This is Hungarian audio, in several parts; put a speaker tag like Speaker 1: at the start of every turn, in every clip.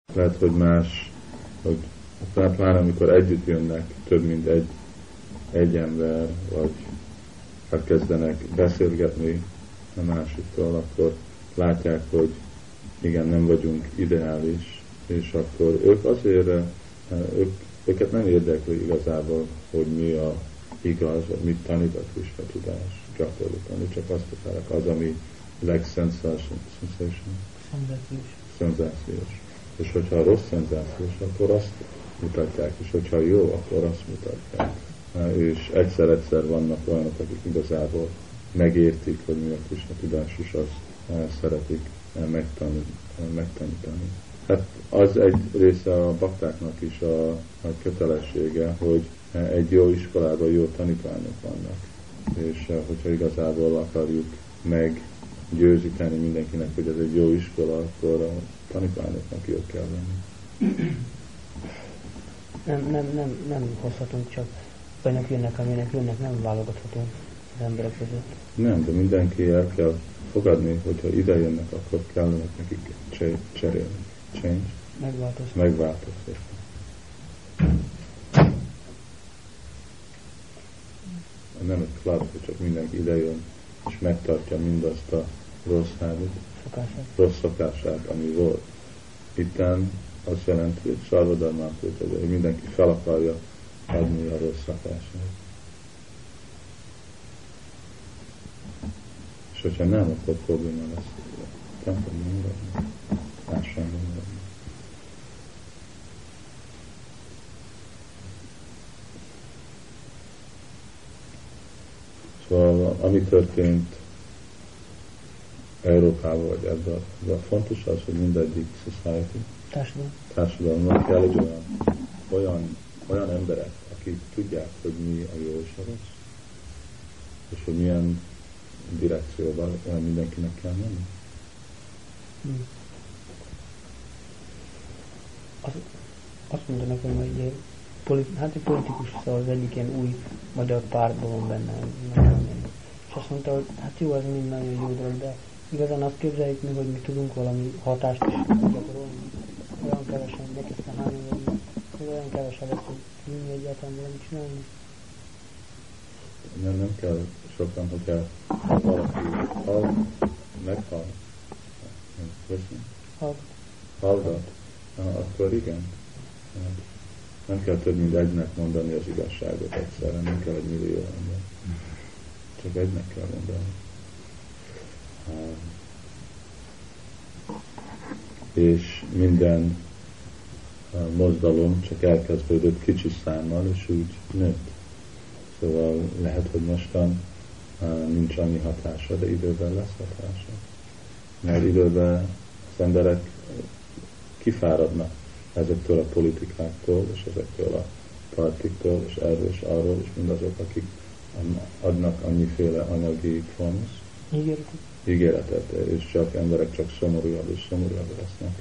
Speaker 1: Lehet, hogy más, hogy pláne amikor együtt jönnek, több mint egy ember, vagy elkezdenek beszélgetni a másiktól, akkor látják, hogy igen, nem vagyunk ideális, és akkor ők azért, őket nem érdekli igazából, hogy mi a igaz, vagy mit tanít a Krishna tudás gyakorlatilag, csak azt akarják, az, ami szenzációs. És hogyha rossz szenzációs, akkor azt mutatják, és hogyha jó, akkor azt mutatják. És egyszer-egyszer vannak olyanok, akik igazából megértik, hogy mi a Krishna tudás, és azt szeretik megtanítani. Hát az egy része a baktáknak is a kötelessége, hogy egy jó iskolában jó tanítványok vannak. És hogyha igazából akarjuk meggyőzíteni mindenkinek, hogy ez egy jó iskola, akkor a tanítványoknak jó kell lenni.
Speaker 2: Nem hozhatunk csak olyanok jönnek, amilyenek jönnek, nem válogathatunk az emberek között.
Speaker 1: Nem, de mindenki el kell fogadni, hogyha ide jönnek, akkor kellene nekik cserélni. Change. Megváltoztatni. Nem egy klub, hogy csak mindenki ide jön, és megtartja mindazt a rossz szokását, ami volt. Itten azt jelenti, hogy sarvadalmát, hogy mindenki fel akarja adni a rossz szokását. És hogyha nem, akkor probléma lesz. Templomban maradni. Ásványban maradni. Szóval ami történt Európában, vagy ebben fontos az, hogy mindegyik társadalomnak kell egy olyan emberek, akik tudják, hogy mi a jó és a rossz, és hogy milyen direkcióban mindenkinek kell menni.
Speaker 2: Azt mondta nekem, hogy egy politikus, szóval az egyik ilyen új magyar pártban van benne. És azt mondta, hogy hát jó, ez mind nagyon jó dolog, de igazán azt képzeljük mi, hogy mi tudunk valami hatást is gyakorolni. Olyan kevesen, neközben hányan vagyunk, olyan kevesen lesz, hogy mi egyáltalán valamit csinálni.
Speaker 1: Nem kell sokan, hogyha valaki meghal, hallgat, akkor igen. Nem kell több mint egynek mondani az igazságot egyszerre, nem kell 1 millió ember. Csak egynek kell mondani. És minden mozdalom csak elkezdődött kicsi számmal, és úgy nőtt. Szóval lehet, hogy mostan nincs annyi hatása, de időben lesz hatása. Mert időben az emberek kifáradnak ezektől a politikáktól, és ezektől a partiktól, és erről és arról, és mindazok, akik adnak annyiféle anyagi promise, ígéretet, és csak emberek csak szomorúabb és szomorúabb lesznek.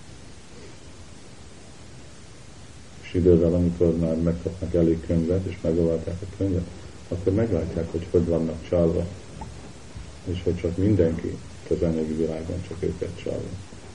Speaker 1: És idővel, amikor már megkapnak elég könyvet, és megolválták a könyvet, akkor meglátják, hogy vannak csalva, és hogy csak mindenki az anyagi világon csak őket csalva.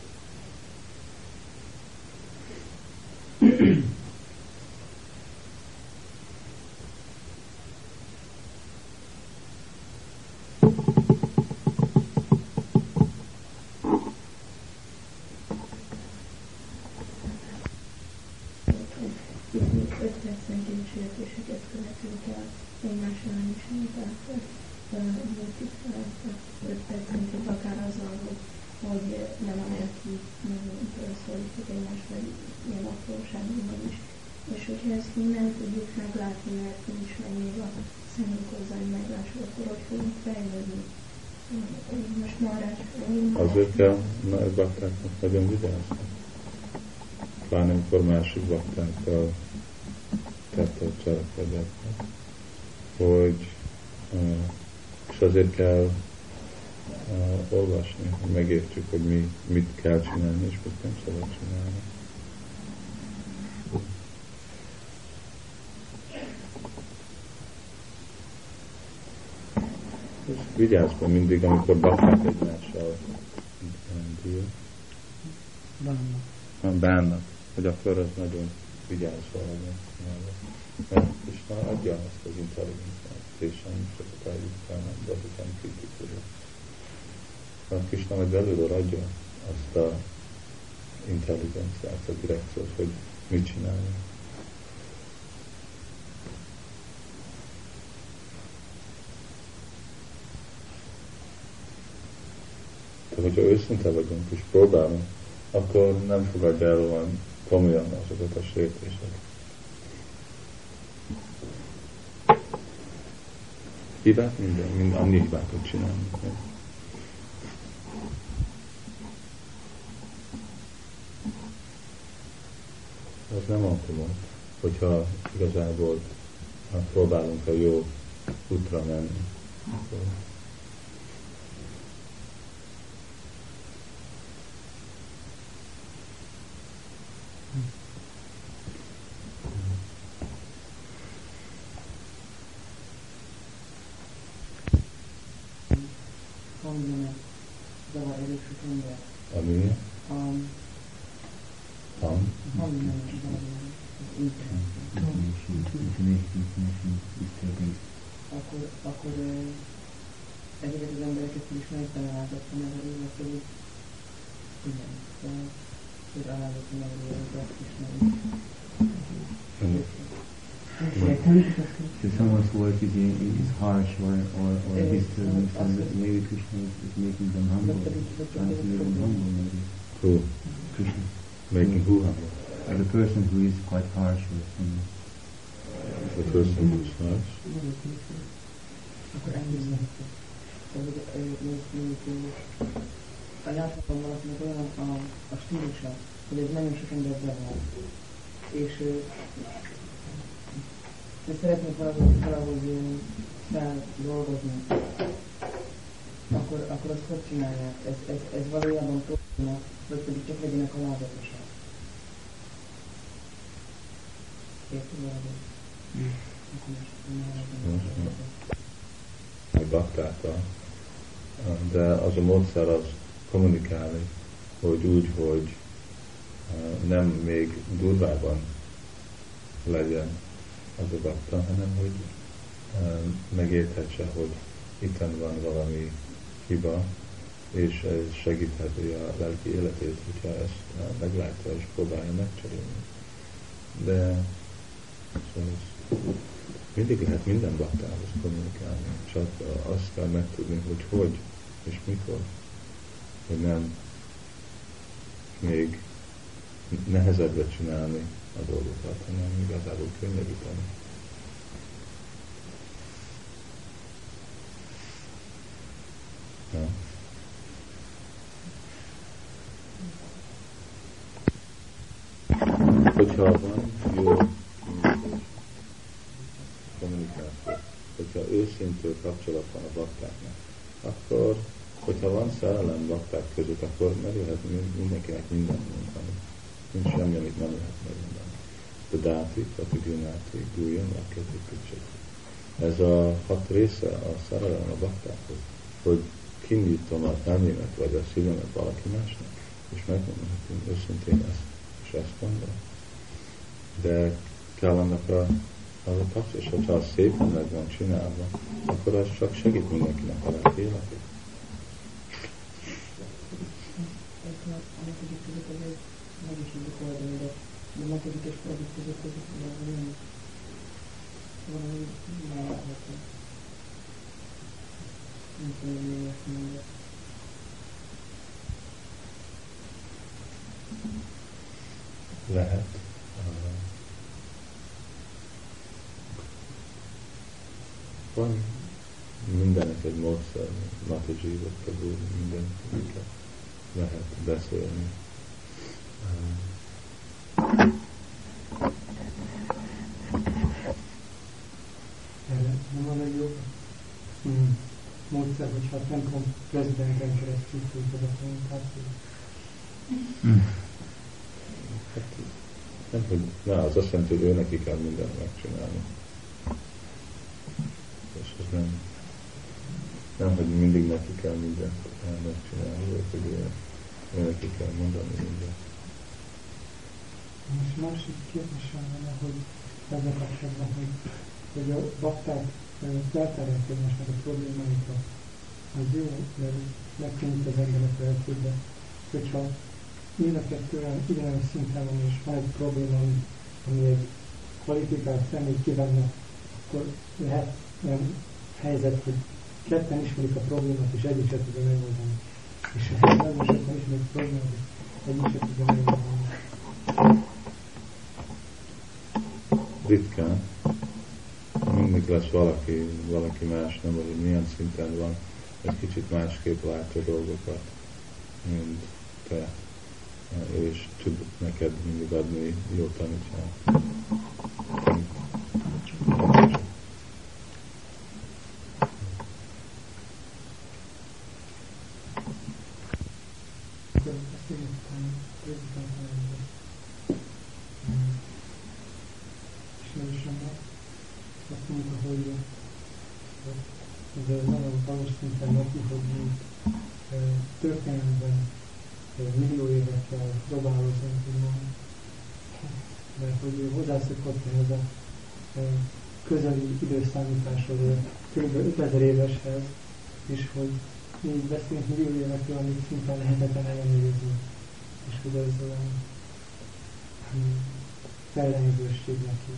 Speaker 3: Dicsértéseket követünk el egymás ellen is, tehát volt itt 5 percenként akár azzal, hogy nem a lelki szólítok egymást, vagy ilyen apróságban is. És hogyha ezt nem tudjuk meglátni, mert nincs meg még a szemünk hozzá, hogy meglássuk, akkor hogy fogunk fejlődni. Most Maharaj...
Speaker 1: Azért kell baktáknak nagyon vigyázni. Pláne amikor másik baktákkal tettet cselekedetnek, hogy és azért kell olvasni, hogy megértsük, hogy mit kell csinálni, és mit nem szabad csinálni. És vigyázz mindig, amikor bakták egymással bánnak, hogy akkor az nagyon vigyázva legyen. Mert Krishna adja ezt az intelligenciát, Tésán Csatakájutánam, Badukán Kritikúja. Mert Krishna meg belülről adja azt a intelligenciát, a direkciót, hogy mit csinálja. De hogyha őszinte vagyunk és próbálunk, akkor nem fogadja el olyan komolyan azokat a sértéseket. Hibát minden, annyi hibákat csinálunk. Az nem alkalmat, hogyha igazából próbálunk a jó útra menni. Akkor ami?
Speaker 2: Akkor ezeket az embereket is megalázottan nevelőnek, hogy igen, hogy alázottan nevelőnek is
Speaker 4: So someone's work is harsh or disturbing, so maybe Krishna is making them humble, trying to make them humble maybe.
Speaker 1: Who?
Speaker 4: Krishna.
Speaker 1: Making who humble?
Speaker 4: The person who is quite harsh with him.
Speaker 1: The person who is harsh?
Speaker 2: Akkor elnézem. A láthatom valakinek olyan a stílusa, hogy ez nagyon sok ember zavar. És szeretnék valahogy feldolgozni, akkor azt hogy csinálják? Ez valójában probléma, vagy pedig csak legyenek alázatosak. Érted valahogy?
Speaker 1: Meg baktáta, de az a módszer az kommunikálni, hogy úgy, hogy nem még durvában legyen az a bakta, hanem hogy megérthetse, hogy itten van valami hiba, és ez segítheti a lelki életét, hogyha ezt meglátja és próbálja megcserélni. De szóval mindig lehet minden baktához kommunikálni, csak azt kell megtudni, hogy és mikor, hogy nem még nehezebbre csinálni a dolgokat, hanem igazából könnyebíteni. Ja. Hogyha van jó kommunikáció, hogyha őszintű kapcsolat van a baktáknak, akkor, hogyha van szerelem bakták között, akkor megjöhet mindenkinek minden mondani. Nincs semmi, amit nem lehet megmondani. De dáti, patigyunáti, gújjon, laketi, picsek. Ez a 6 része a szerelem a baktákhoz, hogy kinyitom az elmémet vagy a szívemet valaki másnak, és megmondom, hogy őszintén ezt és ezt mondom. De kell annak az a kapcsolat, és hogyha az szépen meg van csinálva, akkor az csak segít mindenkinek a lelki életét.
Speaker 2: De második és fordít között valami mellátható. Nem tudom, hogy ezt mondja.
Speaker 1: Lehet. Van mindenek egy módszer, Mataji vagy Prabhu, mindenkiket lehet beszélni.
Speaker 5: Nem van egy jó módszer, hogyha a templom prezidenten keresztül tudod a kommunikációt?
Speaker 1: Hát, nem, hogy az azt jelenti, hogy ő neki kell mindent megcsinálni. És ez nem, hogy mindig neki kell mindent megcsinálni, vagy hogy ő neki kell mondani mindent.
Speaker 5: És másik kérdésem lenne, hogy ezzel kapcsolatban, hogy a bakták feltárják egymásnak a problémáikat. Az jó, mert megkönnyít az emberek lehetőbe. Hogyha mind a kettő ugyanolyan szinten van, és van egy probléma, ami egy kvalifikált személy kívánna, akkor lehet olyan helyzet, hogy ketten ismerik a problémát, és egyik se tudja megoldani. És nagyon sokan ismerik a problémát, és egyik se tudja megoldani.
Speaker 1: Ritkán. Mindig lesz valaki más, nem hogy milyen szinten van, egy kicsit másképp látja dolgokat, mint te, és tud neked mindig adni jó tanítást.
Speaker 5: Azt mondta, hogy ez nagyon valós szinten neki, hogy mi történelemben millió évekkel próbálozunk, mert hogy hozzászokott ez a közeli időszámításhoz, kb. 5000 éveshez, és hogy mi beszélünk millió évekről, amit szinten lehetetlen ellenőrizni. És hogy ez olyan fellengzőség neki.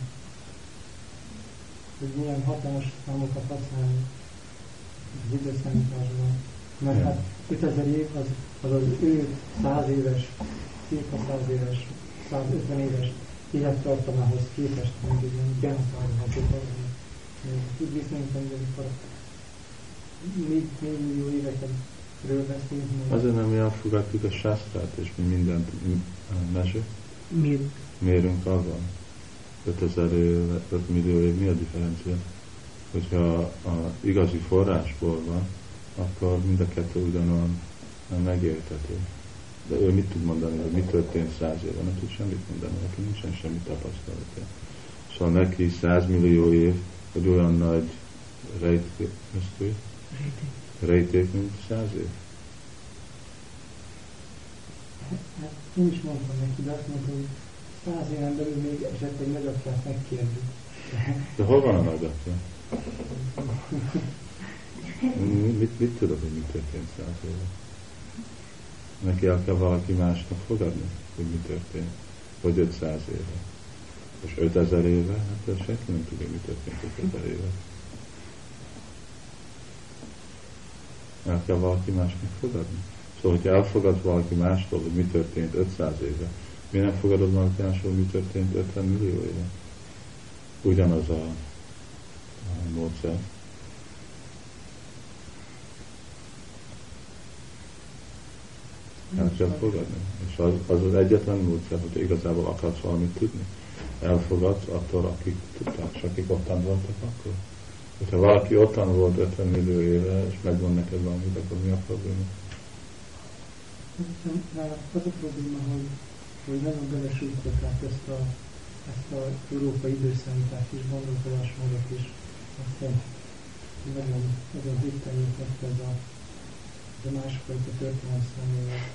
Speaker 5: Hogy milyen hatalmas számokat használni az időszámításban. Mert hát 5000 év az ő 100 éves, cirka 100 éves, 150 éves élettartamához képest meg egy ilyen genetárható tud viszonyítani, amikor 4 millió évekről beszélünk.
Speaker 1: Azért nem mi elfogadjuk a sásztrát, és mi mindent mérünk avval. 5000 év, 5 millió év, mi a differencia? Hogyha a igazi forrásból van, akkor mind a kettő ugyanolyan megérthető. De ő mit tud mondani, hogy mi történt 100 éve? Nem tud semmit mondani, neki nincsen semmi tapasztalatja. Szóval neki 100 millió év, hogy olyan nagy rejték, mint 100 év.
Speaker 5: Hát én is mondtam neki, de azt mondtam, hogy 100 éven belül még esetleg nagyapját megkérdik.
Speaker 1: De hol van a nagyapja? Mit tudod, hogy mi történt 100 éve? Neki el kell valaki másnak fogadni, hogy mi történt. Vagy 500 éve. És 5000 éve, hát senki nem tudja, mi történt 5000 éve. El kell valaki másnak fogadni. Szóval, hogyha elfogad valaki mástól, hogy mi történt 500 éve, mi nem fogadod valaki mástól, hogy mi történt 50 millió éve? Ugyanaz a módszer. El kell fogadni. És az egyetlen módszer, hogy igazából akarsz valamit tudni. Elfogadsz attól, akik tudták, és akik ottan voltak akkor. Hogyha valaki ottan volt 50 millió éve, és megmond neked valamit, akkor mi a probléma?
Speaker 5: Az a probléma, hogy nagyon belesújtották ezt a európai időszámítást is, gondolkodásmódot is. Aztán nagyon hittenyített ez a másfajta történelmi szemlélet.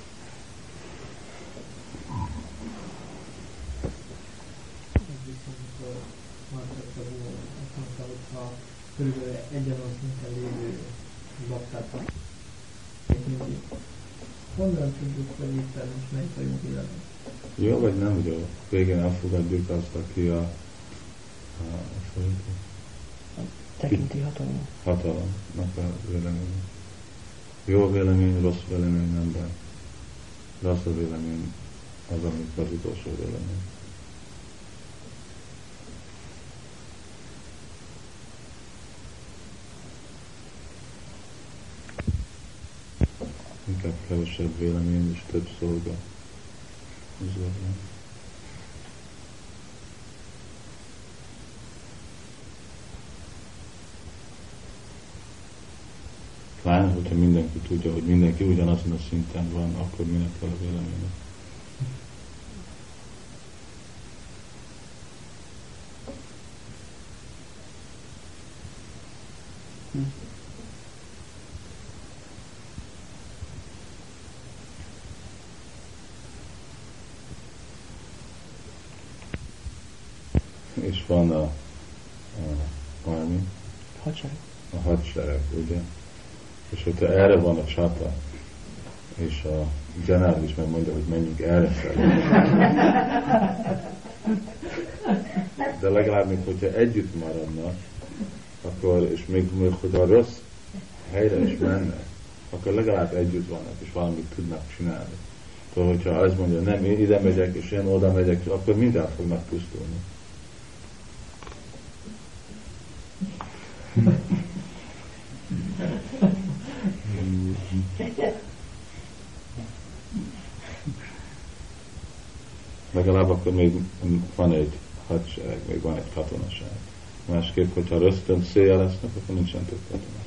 Speaker 2: Ez viszont Markettabó azt mondta, hogyha körülbelül egyenlő szinten lévő baktákat mindig. Honnan tudjuk, hogy itt most melyik a jó vélemény?
Speaker 1: Jó vagy nem jó? Végén elfogadjuk azt, aki a
Speaker 2: tekinti
Speaker 1: hatalomnak a vélemény. Jó vélemény, rossz vélemény nem, de rossz a vélemény az, amit az utolsó vélemény. Inkább kevesebb vélemény és több szolga. Pláne, hogyha mindenki tudja, hogy mindenki ugyanazon a szinten van, akkor minek kell a véleménynek. és van a valami, a hadsereg, ugye? És hogyha erre van a csata, és a generális megmondja, hogy menjünk erre felé. De legalább, mint hogyha együtt maradnak, akkor, és még hogy a rossz helyre is mennek, akkor legalább együtt vannak, és valamit tudnak csinálni. Szóval, hogyha azt mondja, nem, én ide megyek, és én oda megyek, akkor mindent fognak pusztulni. Legalább akkor még van egy hadsereg, még van egy katonaság. Másképp, hogyha rögtön széjjel lesznek, akkor nincsen több katonaság.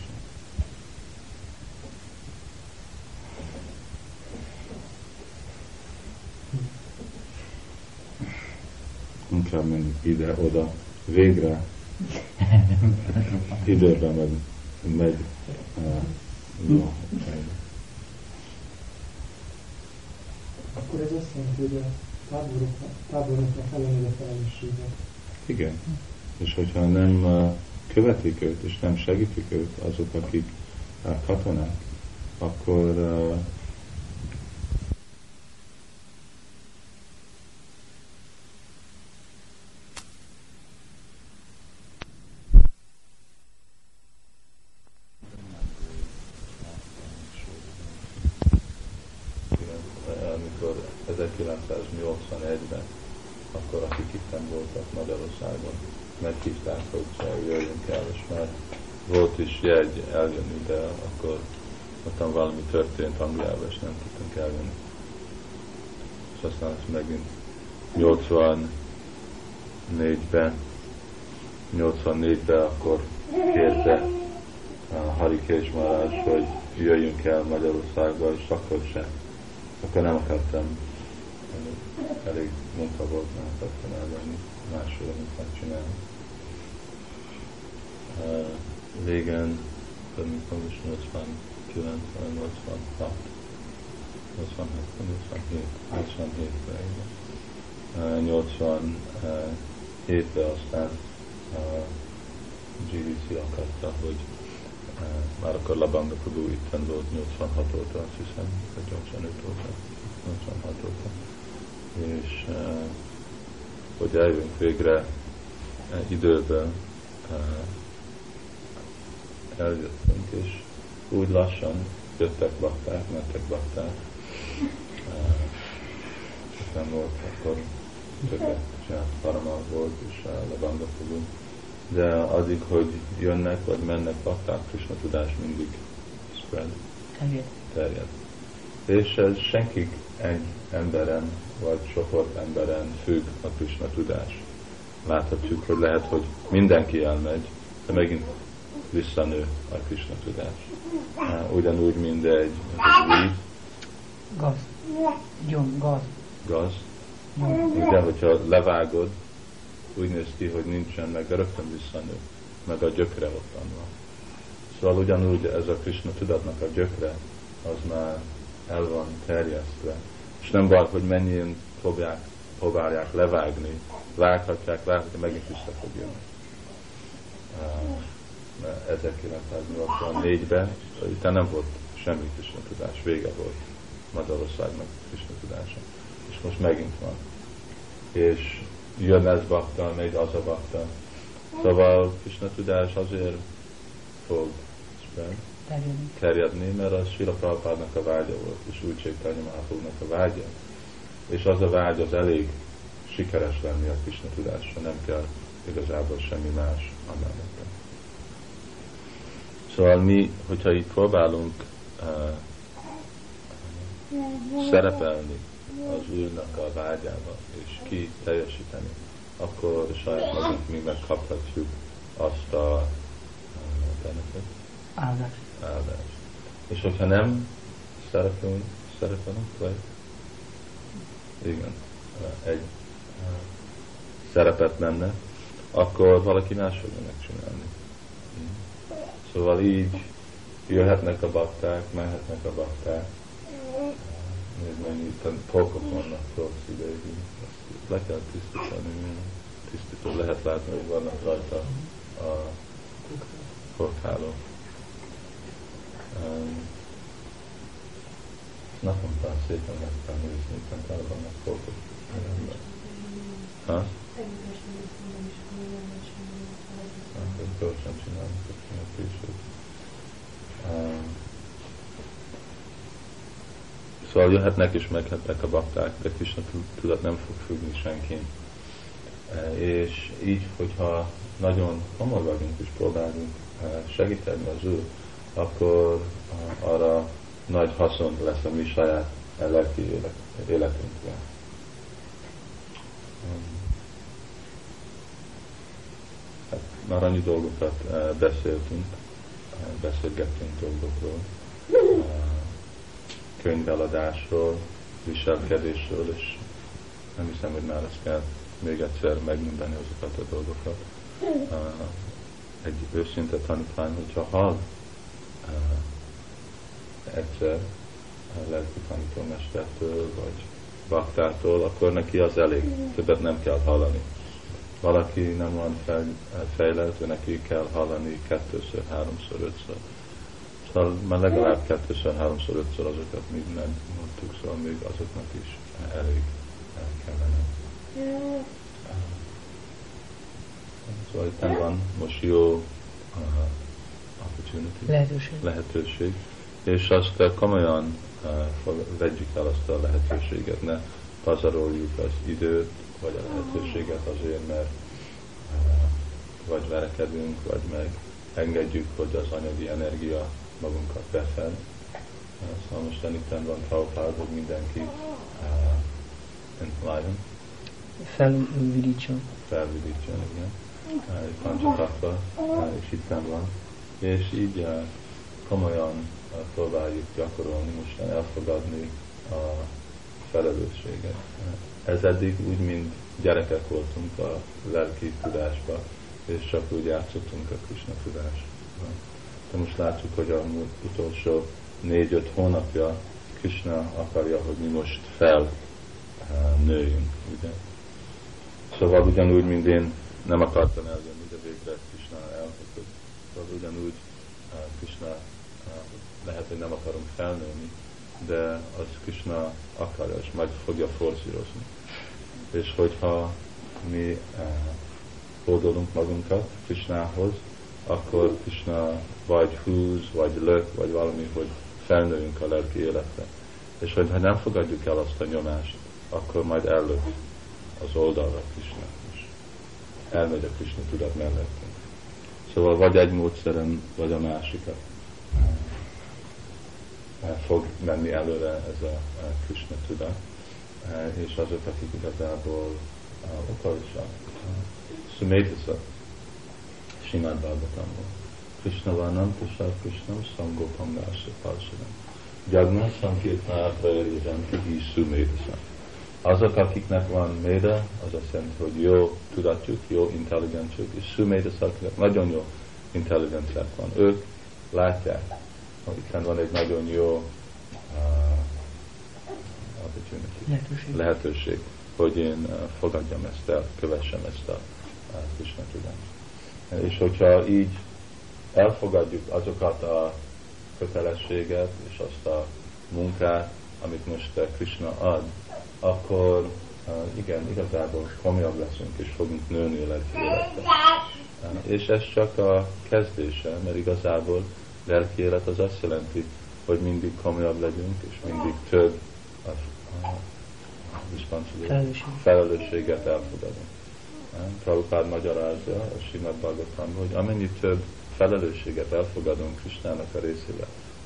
Speaker 1: Inkább menjünk ide-oda, végre időben megy jó.
Speaker 5: Akkor ez azt jelenti, hogy a táboroknak ellenőr a felelőssége.
Speaker 1: Igen. És hogyha nem követik őt, és nem segítik őt azok, akik katonák, akkor amikor 1981-ben, akkor akik itten voltak Magyarországon, meghívták, hogy jöjjünk el, és már volt is jegy eljönni, de akkor ottan valami történt Angliában, és nem tudtunk eljönni. És aztán megint 84-ben akkor kérte Harikesh Maharaj, hogy jöjjünk el Magyarországba, és akkor sem. Akkor nem akartam, elég munka volt, nem akartam elvenni másról, amit megcsinálni. Régen, amikor is 89, 86, 87-ben aztán GVC akarta, hogy már akkor Labanga Prabhu itten volt 86 óta, azt hiszem, vagy 85 óta, 86 óta. És hogy eljövünk végre időben, eljöttünk, és úgy lassan jöttek bakták, mentek bakták. És nem volt, akkor többet csinált, Paramal volt, és Labanga Prabhu. De addig, hogy jönnek, vagy mennek bakták, Krishna tudás mindig spread, terjed. És ez senki egy emberen, vagy csoport emberen függ a Krishna tudás. Láthatjuk, hogy lehet, hogy mindenki elmegy, de megint visszanő a Krishna tudás. Ugyanúgy, mint egy víz.
Speaker 2: Gaz. Gaz.
Speaker 1: De hogyha levágod, úgy néz ki, hogy nincsen, meg rögtön visszanő, meg a gyökre ott van. Szóval ugyanúgy ez a Krishna tudatnak a gyökre, az már el van terjesztve. És nem baj, hogy mennyien próbálják levágni, vághatják, megint vissza fog jönni. 1984-ben itt nem volt semmi Krishna tudás, vége volt Magyarországnak Krishna tudása. És most megint van. És jön ez bakta, megy az a bakta. Szóval Krishna tudás azért fog terjedni, mert az Srila Prabhupádnak a vágya volt, és úgy Chaitanya Mahaprabhunak a vágya. És az a vágy az elég sikeres lenni a Krishna tudásra, nem kell igazából semmi más amellett. Szóval mi, hogyha itt próbálunk szerepelni az Úrnak a vágyába, és ki teljesíteni, akkor saját magunk mi megkaphatjuk azt a áldást. És hogyha nem szerepelünk, vagy igen, egy szerepet menne, akkor valaki más fogja megcsinálni. Szóval így jöhetnek a bakták, mehetnek a bakták. Még mennyi polkok vannak rossz ideig. Le kell tisztítani. tisztító. Lehet látni, hogy vannak rajta a korthálók. Naponta szépen meg kell nézni, mert el vannak kortok. Ha? Gyorsan csinálni, köszönöm később. Szóval jöhetnek és meghetnek a bakták, de Krisna tudat nem fog függni senkin. És így, hogyha nagyon hamar vagyunk és próbálunk segíteni az ő, akkor arra nagy haszon lesz a mi saját lelki életünkre. Hát már annyi dolgokat beszélgettünk dolgokról, könyveladásról, viselkedésről, és nem hiszem, hogy már ezt kell még egyszer megmondani azokat a dolgokat. Egy őszinte tanítvány, hogyha hall egyszer lelki tanítómestertől, vagy baktától, akkor neki az elég, többet nem kell hallani. Valaki nem van fejlett, neki kell hallani 2-ször, 3-szor, 5-ször. Szóval már legalább 2-ször, 3-szor, 5-ször azokat még nem mondtuk, szóval még azoknak is elég kellene. Szóval itt van most jó lehetőség. És azt komolyan vegyük el azt a lehetőséget, ne pazaroljuk az időt, vagy a lehetőséget azért, mert vagy verekedünk, vagy meg engedjük, hogy az anyagi energia magunkat befed. Szóval most itt van Prabhupád, hogy mindenki enliven.
Speaker 2: Felvidítson,
Speaker 1: igen. Pancsatattva, és itt van. És így komolyan próbáljuk gyakorolni, mostan elfogadni a felelősséget. Ez eddig úgy, mint gyerekek voltunk a lelki tudásba, és csak úgy játszottunk a Krisna tudásba. De most látjuk, hogy a utolsó 4-5 hónapja Krisna akarja, hogy mi most felnőjünk, ugye? Szóval ugyanúgy, mint én nem akartam eljönni, de végre Krisna elhozott. Szóval ugyanúgy Krisna lehet, hogy nem akarunk felnőni, de az Krisna akarja, és majd fogja forszírozni. És hogyha mi fordulunk magunkat Krishnához, akkor Krishna vagy húz, vagy lök, vagy valami, hogy felnőjünk a lelki életre. És hogyha nem fogadjuk el azt a nyomást, akkor majd ellök az oldalra Krishna, és elmegy a Krishna tudat mellettünk. Szóval vagy egy módszeren, vagy a másikat fog menni előre ez a Krishna tudat, és azok, akik igazából okosan. Sumedhasa, Srimad Bhagavatamból. Krishna Varnam, Krishnam, Sangopam Nasa Parsadam. Jagna Sankirtana Prayarizanti hi Sumedhasa. Azok, akiknek van méda, az azt jelenti, hogy jó tudatjuk, jó intelligenciák, és Sumedhasa, akiknek nagyon jó intelligenciák van. Ők látják, hogy itt van egy nagyon jó lehetőség, hogy én fogadjam ezt el, kövessem ezt a Krishna tudást. És hogyha így elfogadjuk azokat a kötelességet és azt a munkát, amit most Krishna ad, akkor igen, igazából komolyabb leszünk és fogunk nőni a lelki életbe. És ez csak a kezdése, mert igazából lelki élet az azt jelenti, hogy mindig komolyabb legyünk, és mindig több felelősséget elfogadunk. Prabhupád magyarázza a Srimad Bhagavatamban, hogy amennyi több felelősséget elfogadunk Krisnának a részével,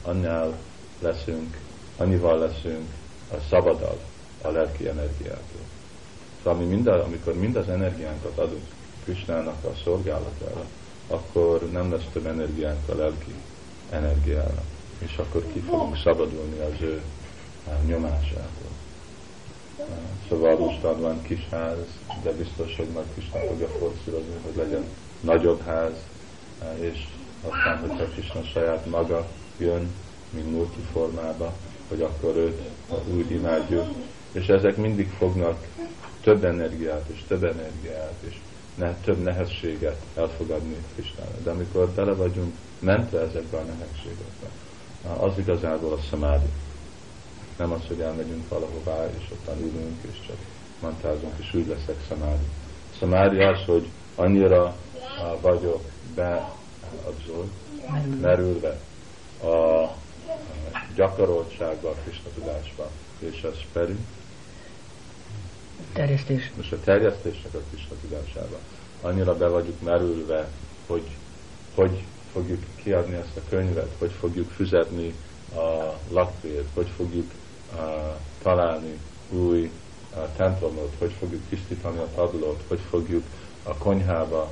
Speaker 1: annyival leszünk szabadabb a lelki energiától. Szóval amikor mind az energiánkat adunk Krisnának a szolgálatára, akkor nem lesz több energiánk a lelki energiára, és akkor ki fogunk szabadulni az ő nyomásától. Szóval mostan van kis ház, de biztos, hogy majd Krishna fogja forszírozni, hogy legyen nagyobb ház, és aztán, hogyha Krishna saját maga jön, mint multiformába, hogy akkor őt úgy imádjuk, és ezek mindig fognak több energiát, és több nehézséget elfogadni Krisnának. De amikor bele vagyunk mentve ezekbe a nehézségekbe, az igazából a szamádi. Nem az, hogy elmegyünk valahová, és ottan ülünk, és csak mantázunk, és úgy leszek szamádi. Szamádi az, hogy annyira vagyok beabszolv, merülve a gyakoroltságba, a Krishna tudásba, és ez pedig
Speaker 2: terjesztés.
Speaker 1: most a terjesztésnek a Krishna tudásába. Annyira be vagyunk merülve, hogy fogjuk kiadni ezt a könyvet, hogy fogjuk fizetni a lakbért, hogy fogjuk találni új templomot, hogy fogjuk tisztítani a padlót, hogy fogjuk a konyhába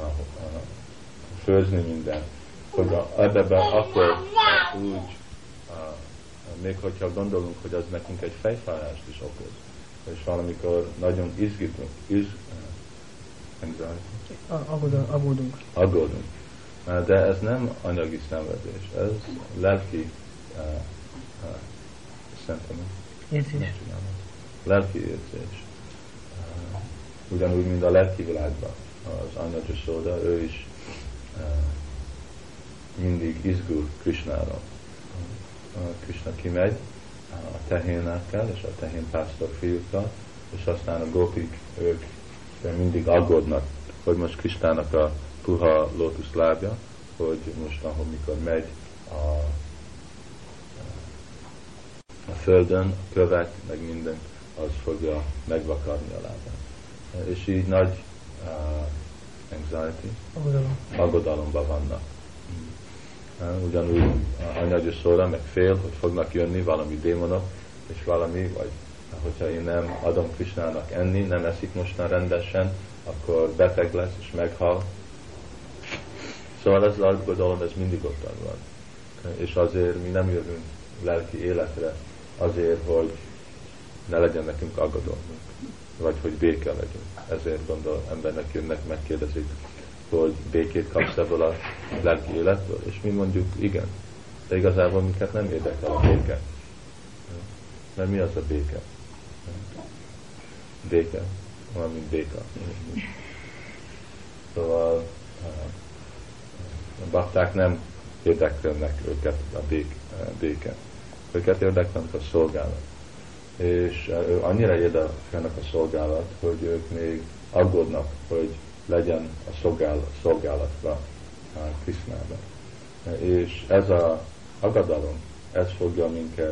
Speaker 1: főzni mindent, hogy ebbe akkor úgy, még hogyha gondolunk, hogy az nekünk egy fejfájást is okoz, és valamikor nagyon aggódunk. De ez nem anyagi szenvedés, ez lelki
Speaker 2: érzés.
Speaker 1: Lelki érzés. Ugyanúgy, mint a lelki világban. Az Anya Jashoda, ő is mindig izgul Krishnára. Krishna kimegy a tehénekkel és a tehén-pásztor fiúkkal, és aztán a gópik, ők mindig aggódnak, hogy most Krishnának a puha lótusz lábja, hogy most, ahol mikor megy a földön, a kövek, meg minden, az fogja megvakarni a lábát. És így nagy anxiety, aggodalomban vannak. Ugyanúgy Anya Jashoda meg fél, hogy fognak jönni valami démonok, és valami, vagy hogyha én nem adom Krishnának enni, nem eszik mostan rendesen, akkor beteg lesz és meghal. Szóval ez az aggodalom, ez mindig ottan van. És azért mi nem jövünk lelki életre, azért, hogy ne legyen nekünk aggodalmunk, vagy hogy béke legyünk. Ezért gondol, embernek jönnek, megkérdezik, hogy békét kapsz ebből a lelki életből, és mi mondjuk igen. De igazából minket nem érdekel a béke. Mert mi az a béke? Béke, valami béka. Szóval a bakták nem érdekelnek őket a béke. Őket érdekelnek a szolgálat. És ő annyira érdekelnek a szolgálat, hogy ők még aggódnak, hogy legyen a szolgálatba Krishnában. És ez az aggodalom, ez fogja minket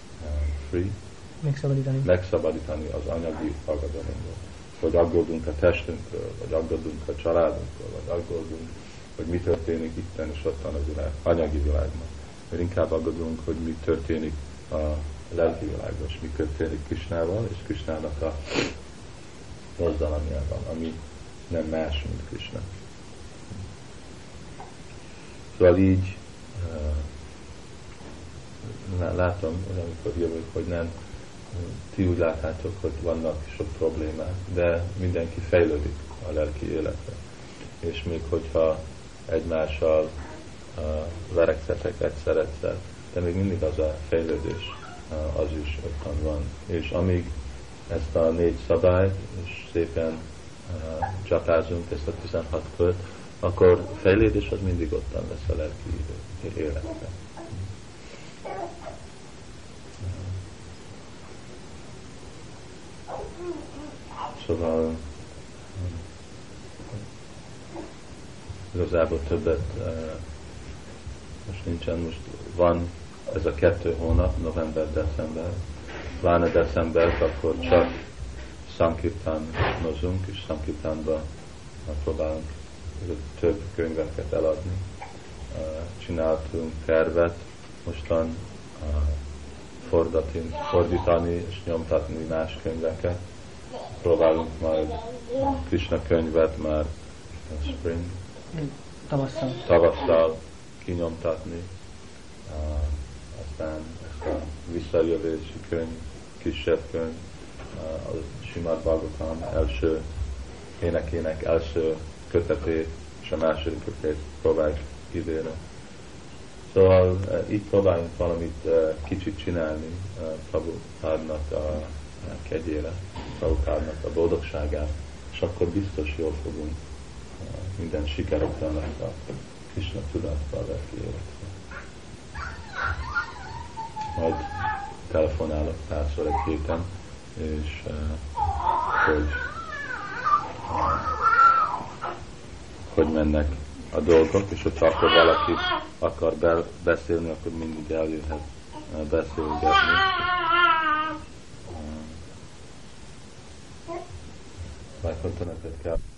Speaker 1: megszabadítani az anyagi aggodalomból. Hogy aggódunk a testünkről, vagy aggódunk a családunkról, vagy aggódunk, hogy mi történik itten és ottan a világ, anyagi világban. Mert inkább aggódunk, hogy mi történik a lelki világban, és mi történik Krishnával, és Krishnának a mozdalomjában, ami nem más, mint Krishna. Szóval így látom, amikor jövök, hogy nem ti úgy látjátok, hogy vannak sok problémák, de mindenki fejlődik a lelki életre. És még hogyha egymással verekszetek egyszer, de még mindig az a fejlődés, az is ottan van. És amíg ezt a 4 szabályt, és szépen csapázunk ezt a 16 kört, akkor fejlődés az mindig ottan lesz a lelki életben. Szóval igazából többet most nincsen, most van ez a 2 hónap, november-december. Pláne december, akkor csak szankirtánozunk, és szankirtánba próbálunk több könyveket eladni. Csináltunk tervet, mostan fordítani és nyomtatni más könyveket. Próbálunk majd Krishna könyvet már spring, tavasszal kinyomtatni. Aztán ezt a visszajövési könyv, kisebb könyv, a Srimad Bhagavatam első énekének első kötetét és a második kötetét próbáljuk idézni. Szóval így próbáljunk valamit kicsit csinálni Prabhupádnak a kegyére, Prabhupádnak a boldogságát és akkor biztos jól fogunk minden sikereknek a Krishna tudattal vett életre. Majd telefonálok párszor egy héten, és hogy mennek a dolgok, és hogyha akkor valaki akar beszélni, akkor mindig eljöhet beszélgetni. Megmondta neked kell.